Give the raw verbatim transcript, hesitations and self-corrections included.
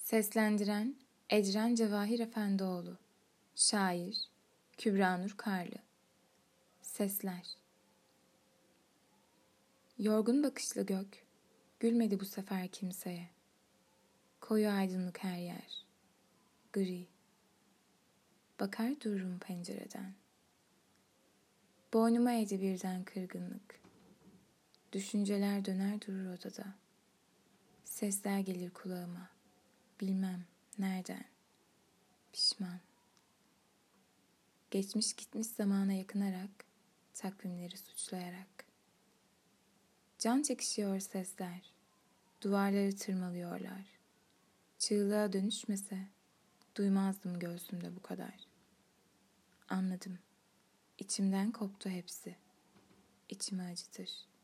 Seslendiren Ecren Cevahir Efendioğlu. Şair Kübra Nur Karlı. Sesler. Yorgun bakışlı gök gülmedi bu sefer kimseye. Koyu aydınlık her yer. Gri. Bakar dururum pencereden. Boynuma eğdi birden kırgınlık. Düşünceler döner durur odada. Sesler gelir kulağıma. Bilmem nereden. Pişman. Geçmiş gitmiş zamana yakınarak, takvimleri suçlayarak. Can çekişiyor sesler. Duvarları tırmalıyorlar. Çığlığa dönüşmese duymazdım göğsümde bu kadar. Anladım. İçimden koptu hepsi. İçimi acıtır.